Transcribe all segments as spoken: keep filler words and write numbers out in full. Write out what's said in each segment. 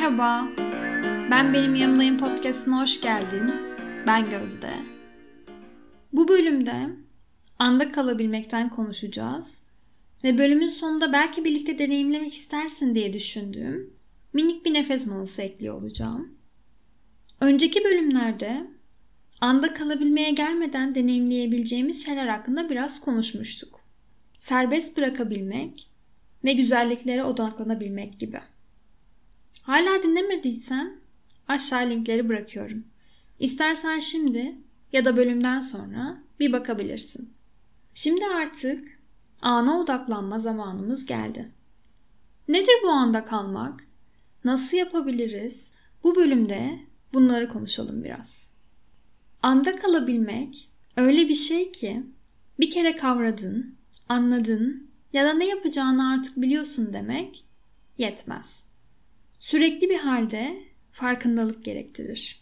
Merhaba, ben Benim Yanımdayım podcastına hoş geldin. Ben Gözde. Bu bölümde anda kalabilmekten konuşacağız ve bölümün sonunda belki birlikte deneyimlemek istersin diye düşündüğüm minik bir nefes molası ekliyor olacağım. Önceki bölümlerde anda kalabilmeye gelmeden deneyimleyebileceğimiz şeyler hakkında biraz konuşmuştuk. Serbest bırakabilmek ve güzelliklere odaklanabilmek gibi. Hala dinlemediysen aşağı linkleri bırakıyorum. İstersen şimdi ya da bölümden sonra bir bakabilirsin. Şimdi artık ana odaklanma zamanımız geldi. Nedir bu anda kalmak? Nasıl yapabiliriz? Bu bölümde bunları konuşalım biraz. Anda kalabilmek öyle bir şey ki bir kere kavradın, anladın ya da ne yapacağını artık biliyorsun demek yetmez. Sürekli bir halde farkındalık gerektirir.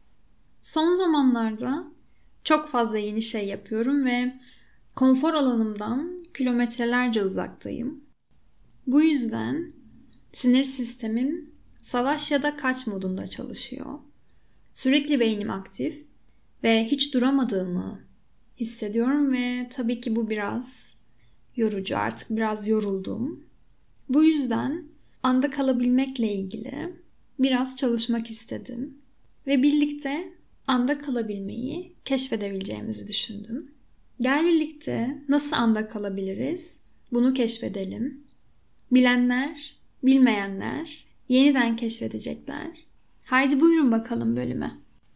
Son zamanlarda çok fazla yeni şey yapıyorum ve konfor alanımdan kilometrelerce uzaktayım. Bu yüzden sinir sistemim savaş ya da kaç modunda çalışıyor. Sürekli beynim aktif ve hiç duramadığımı hissediyorum ve tabii ki bu biraz yorucu, artık biraz yoruldum. Bu yüzden anda kalabilmekle ilgili biraz çalışmak istedim ve birlikte anda kalabilmeyi keşfedebileceğimizi düşündüm. Gel birlikte nasıl anda kalabiliriz? Bunu keşfedelim. Bilenler, bilmeyenler yeniden keşfedecekler. Haydi buyurun bakalım bölüme.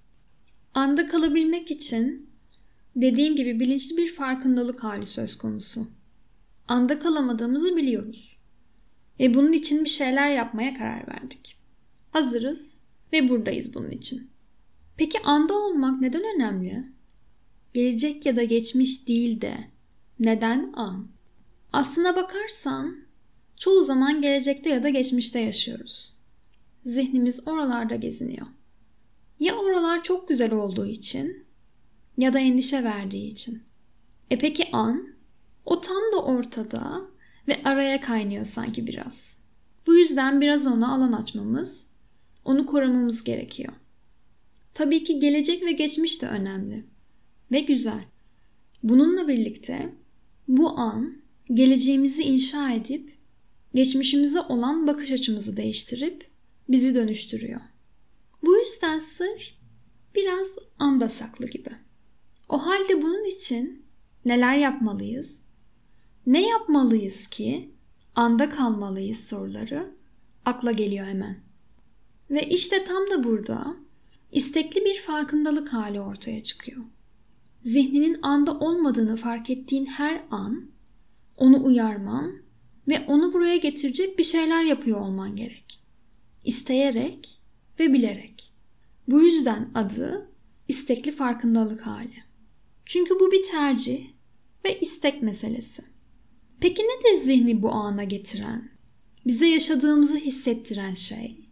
Anda kalabilmek için dediğim gibi bilinçli bir farkındalık hali söz konusu. Anda kalamadığımızı biliyoruz. Ve bunun için bir şeyler yapmaya karar verdik. Hazırız ve buradayız bunun için. Peki anda olmak neden önemli? Gelecek ya da geçmiş değil de neden an? Aslına bakarsan çoğu zaman gelecekte ya da geçmişte yaşıyoruz. Zihnimiz oralarda geziniyor. Ya oralar çok güzel olduğu için ya da endişe verdiği için. E peki an? O tam da ortada ve araya kaynıyor sanki biraz. Bu yüzden biraz ona alan açmamız, onu korumamız gerekiyor. Tabii ki gelecek ve geçmiş de önemli ve güzel. Bununla birlikte bu an geleceğimizi inşa edip geçmişimize olan bakış açımızı değiştirip bizi dönüştürüyor. Bu yüzden sır biraz anda saklı gibi. O halde bunun için neler yapmalıyız? Ne yapmalıyız ki anda kalmalıyız soruları akla geliyor hemen. Ve işte tam da burada istekli bir farkındalık hali ortaya çıkıyor. Zihninin anda olmadığını fark ettiğin her an onu uyarman ve onu buraya getirecek bir şeyler yapıyor olman gerek. İsteyerek ve bilerek. Bu yüzden adı istekli farkındalık hali. Çünkü bu bir tercih ve istek meselesi. Peki nedir zihni bu ana getiren, bize yaşadığımızı hissettiren şey?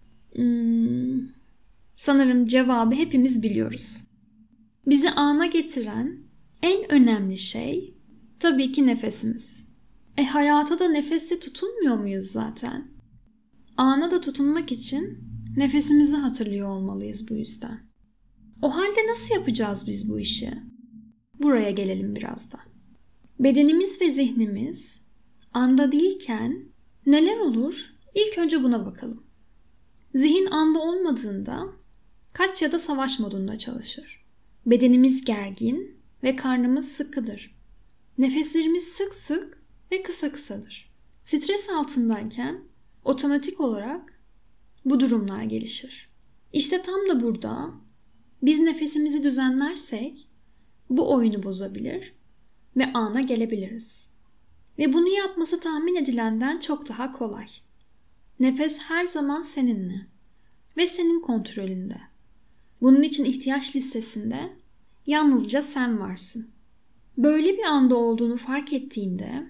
Hmm, sanırım cevabı hepimiz biliyoruz. Bizi ana getiren en önemli şey tabii ki nefesimiz. E hayata da nefesle tutunmuyor muyuz zaten? Ana da tutunmak için nefesimizi hatırlıyor olmalıyız bu yüzden. O halde nasıl yapacağız biz bu işi? Buraya gelelim biraz da. Bedenimiz ve zihnimiz anda değilken neler olur? İlk önce buna bakalım. Zihin anda olmadığında kaç ya da savaş modunda çalışır. Bedenimiz gergin ve karnımız sıkıdır. Nefeslerimiz sık sık ve kısa kısadır. Stres altındayken otomatik olarak bu durumlar gelişir. İşte tam da burada biz nefesimizi düzenlersek bu oyunu bozabilir ve ana gelebiliriz. Ve bunu yapması tahmin edilenden çok daha kolay. Nefes her zaman seninle ve senin kontrolünde. Bunun için ihtiyaç listesinde yalnızca sen varsın. Böyle bir anda olduğunu fark ettiğinde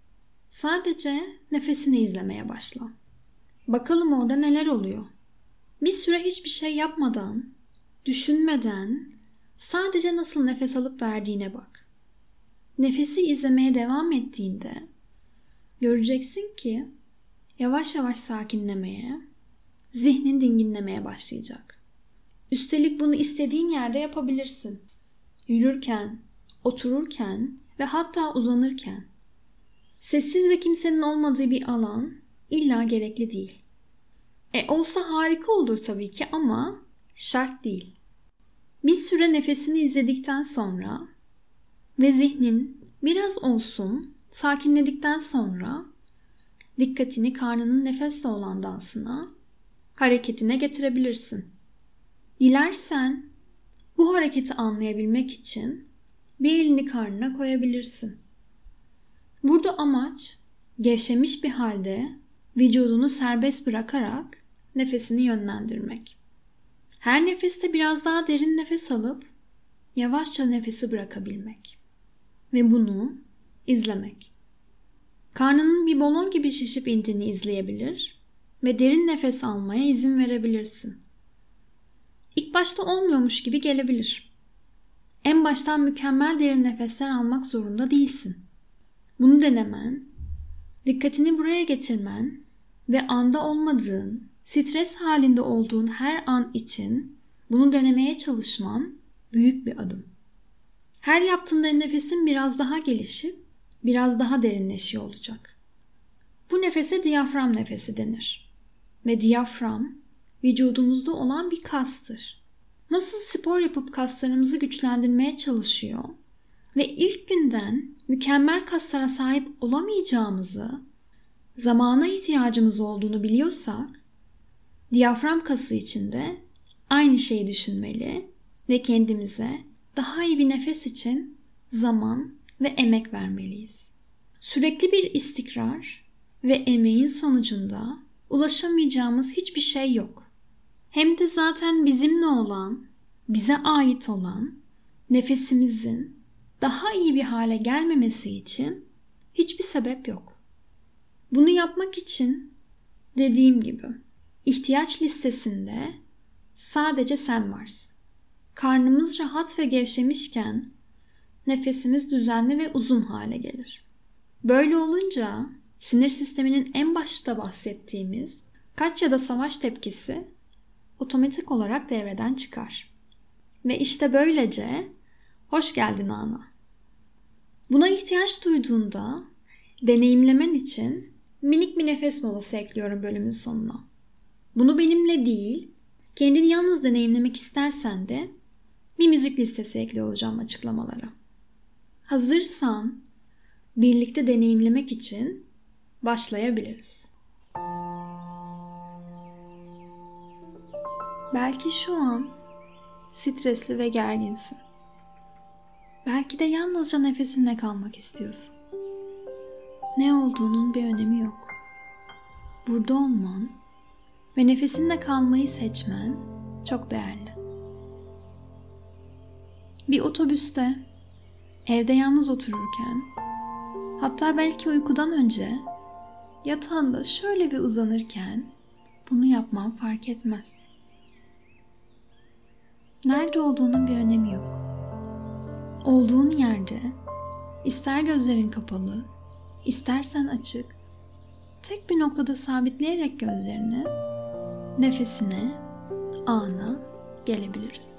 sadece nefesini izlemeye başla. Bakalım orada neler oluyor. Bir süre hiçbir şey yapmadan, düşünmeden sadece nasıl nefes alıp verdiğine bak. Nefesi izlemeye devam ettiğinde göreceksin ki yavaş yavaş sakinlemeye, zihnin dinginlemeye başlayacak. Üstelik bunu istediğin yerde yapabilirsin. Yürürken, otururken ve hatta uzanırken. Sessiz ve kimsenin olmadığı bir alan illa gerekli değil. E olsa harika olur tabii ki ama şart değil. Bir süre nefesini izledikten sonra ve zihnin biraz olsun sakinledikten sonra dikkatini karnının nefesle olan dansına, hareketine getirebilirsin. Dilersen bu hareketi anlayabilmek için bir elini karnına koyabilirsin. Burada amaç gevşemiş bir halde vücudunu serbest bırakarak nefesini yönlendirmek. Her nefeste biraz daha derin nefes alıp yavaşça nefesi bırakabilmek ve bunu izlemek. Karnının bir balon gibi şişip indiğini izleyebilir ve derin nefes almaya izin verebilirsin. İlk başta olmuyormuş gibi gelebilir. En baştan mükemmel derin nefesler almak zorunda değilsin. Bunu denemen, dikkatini buraya getirmen ve anda olmadığın, stres halinde olduğun her an için bunu denemeye çalışman büyük bir adım. Her yaptığında nefesin biraz daha gelişip biraz daha derinleşiyor olacak. Bu nefese diyafram nefesi denir. Ve diyafram vücudumuzda olan bir kastır. Nasıl spor yapıp kaslarımızı güçlendirmeye çalışıyor ve ilk günden mükemmel kaslara sahip olamayacağımızı, zamana ihtiyacımız olduğunu biliyorsak, diyafram kası için de aynı şeyi düşünmeli ve kendimize daha iyi bir nefes için zaman ve emek vermeliyiz. Sürekli bir istikrar ve emeğin sonucunda ulaşamayacağımız hiçbir şey yok. Hem de zaten bizimle olan, bize ait olan nefesimizin daha iyi bir hale gelmemesi için hiçbir sebep yok. Bunu yapmak için dediğim gibi ihtiyaç listesinde sadece sen varsın. Karnımız rahat ve gevşemişken nefesimiz düzenli ve uzun hale gelir. Böyle olunca sinir sisteminin en başta bahsettiğimiz kaç ya da savaş tepkisi otomatik olarak devreden çıkar. Ve işte böylece hoş geldin ana. Buna ihtiyaç duyduğunda deneyimlemen için minik bir nefes molası ekliyorum bölümün sonuna. Bunu benimle değil, kendini yalnız deneyimlemek istersen de bir müzik listesi ekliyor olacağım açıklamalara. Hazırsan birlikte deneyimlemek için başlayabiliriz. Belki şu an stresli ve gerginsin. Belki de yalnızca nefesinle kalmak istiyorsun. Ne olduğunun bir önemi yok. Burada olman ve nefesinle kalmayı seçmen çok değerli. Bir otobüste, evde yalnız otururken, hatta belki uykudan önce yatağında şöyle bir uzanırken bunu yapman fark etmez. Nerede olduğunun bir önemi yok. Olduğun yerde, ister gözlerin kapalı, istersen açık, tek bir noktada sabitleyerek gözlerini, nefesine, ana gelebiliriz.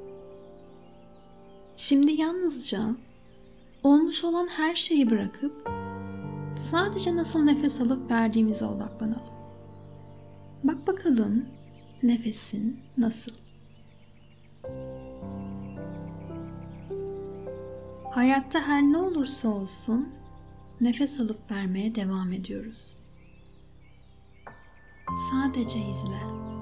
Şimdi yalnızca olmuş olan her şeyi bırakıp sadece nasıl nefes alıp verdiğimize odaklanalım. Bak bakalım nefesin nasıl? Hayatta her ne olursa olsun nefes alıp vermeye devam ediyoruz. Sadece izle.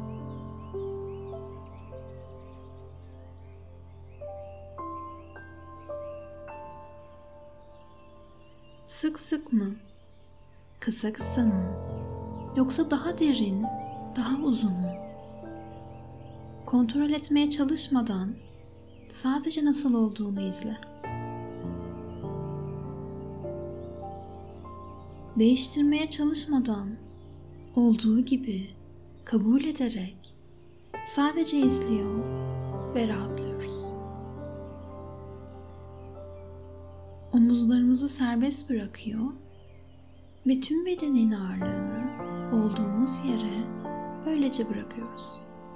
Sık sık mı? Kısa kısa mı? Yoksa daha derin, daha uzun mu? Kontrol etmeye çalışmadan sadece nasıl olduğunu izle. Değiştirmeye çalışmadan olduğu gibi kabul ederek sadece izliyor ve rahatlıyoruz. Omuzlarımızı serbest bırakıyor ve tüm bedenin ağırlığını olduğumuz yere böylece bırakıyoruz.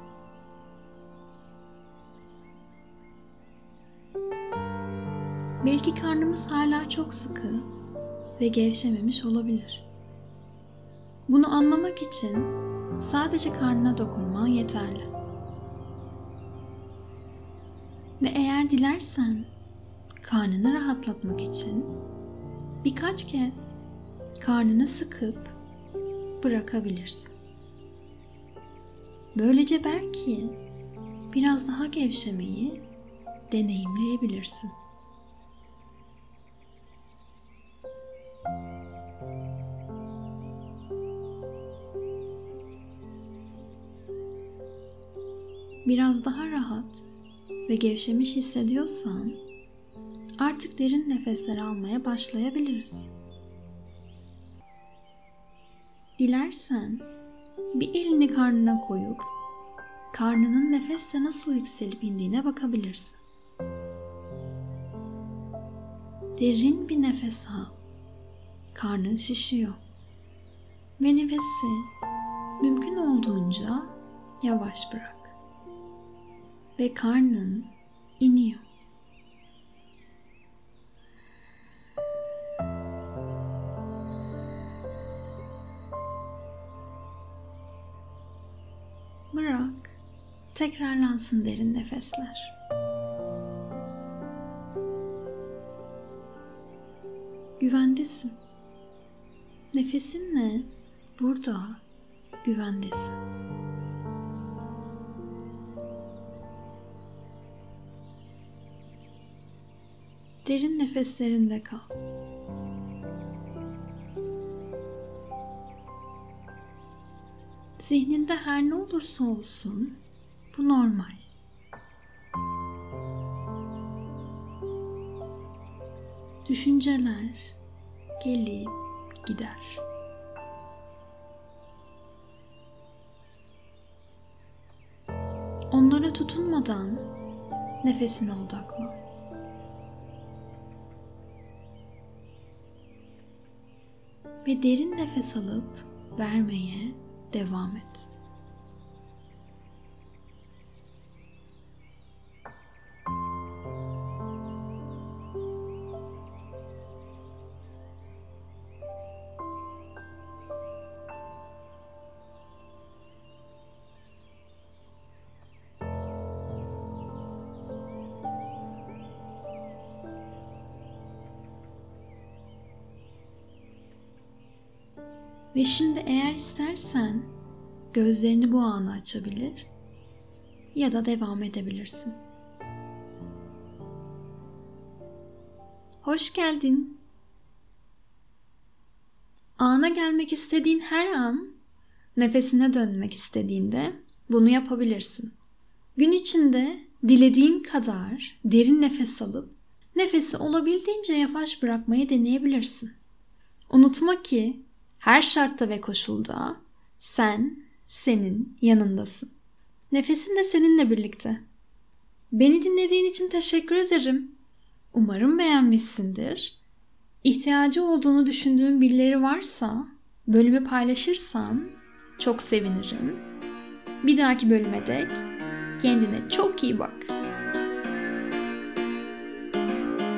Belki karnımız hala çok sıkı ve gevşememiş olabilir. Bunu anlamak için sadece karnına dokunman yeterli. Ve eğer dilersen karnını rahatlatmak için birkaç kez karnını sıkıp bırakabilirsin. Böylece belki biraz daha gevşemeyi deneyimleyebilirsin. Biraz daha rahat ve gevşemiş hissediyorsan artık derin nefesler almaya başlayabiliriz. Dilersen bir elini karnına koyup karnının nefesle nasıl yükselip indiğine bakabilirsin. Derin bir nefes al. Karnın şişiyor. Ve nefesi mümkün olduğunca yavaş bırak. Ve karnın iniyor. Bırak, tekrarlansın derin nefesler. Güvendesin. Nefesinle burada güvendesin. Derin nefeslerinde kal. Zihninde her ne olursa olsun bu normal. Düşünceler gelip gider. Onlara tutunmadan nefesine odaklan. Ve derin nefes alıp vermeye devam et. Ve şimdi eğer istersen gözlerini bu ana açabilir ya da devam edebilirsin. Hoş geldin. Ana gelmek istediğin her an, nefesine dönmek istediğinde bunu yapabilirsin. Gün içinde dilediğin kadar derin nefes alıp nefesi olabildiğince yavaş bırakmayı deneyebilirsin. Unutma ki her şartta ve koşulda sen, senin yanındasın. Nefesin de seninle birlikte. Beni dinlediğin için teşekkür ederim. Umarım beğenmişsindir. İhtiyacı olduğunu düşündüğün birileri varsa bölümü paylaşırsan çok sevinirim. Bir dahaki bölüme dek kendine çok iyi bak.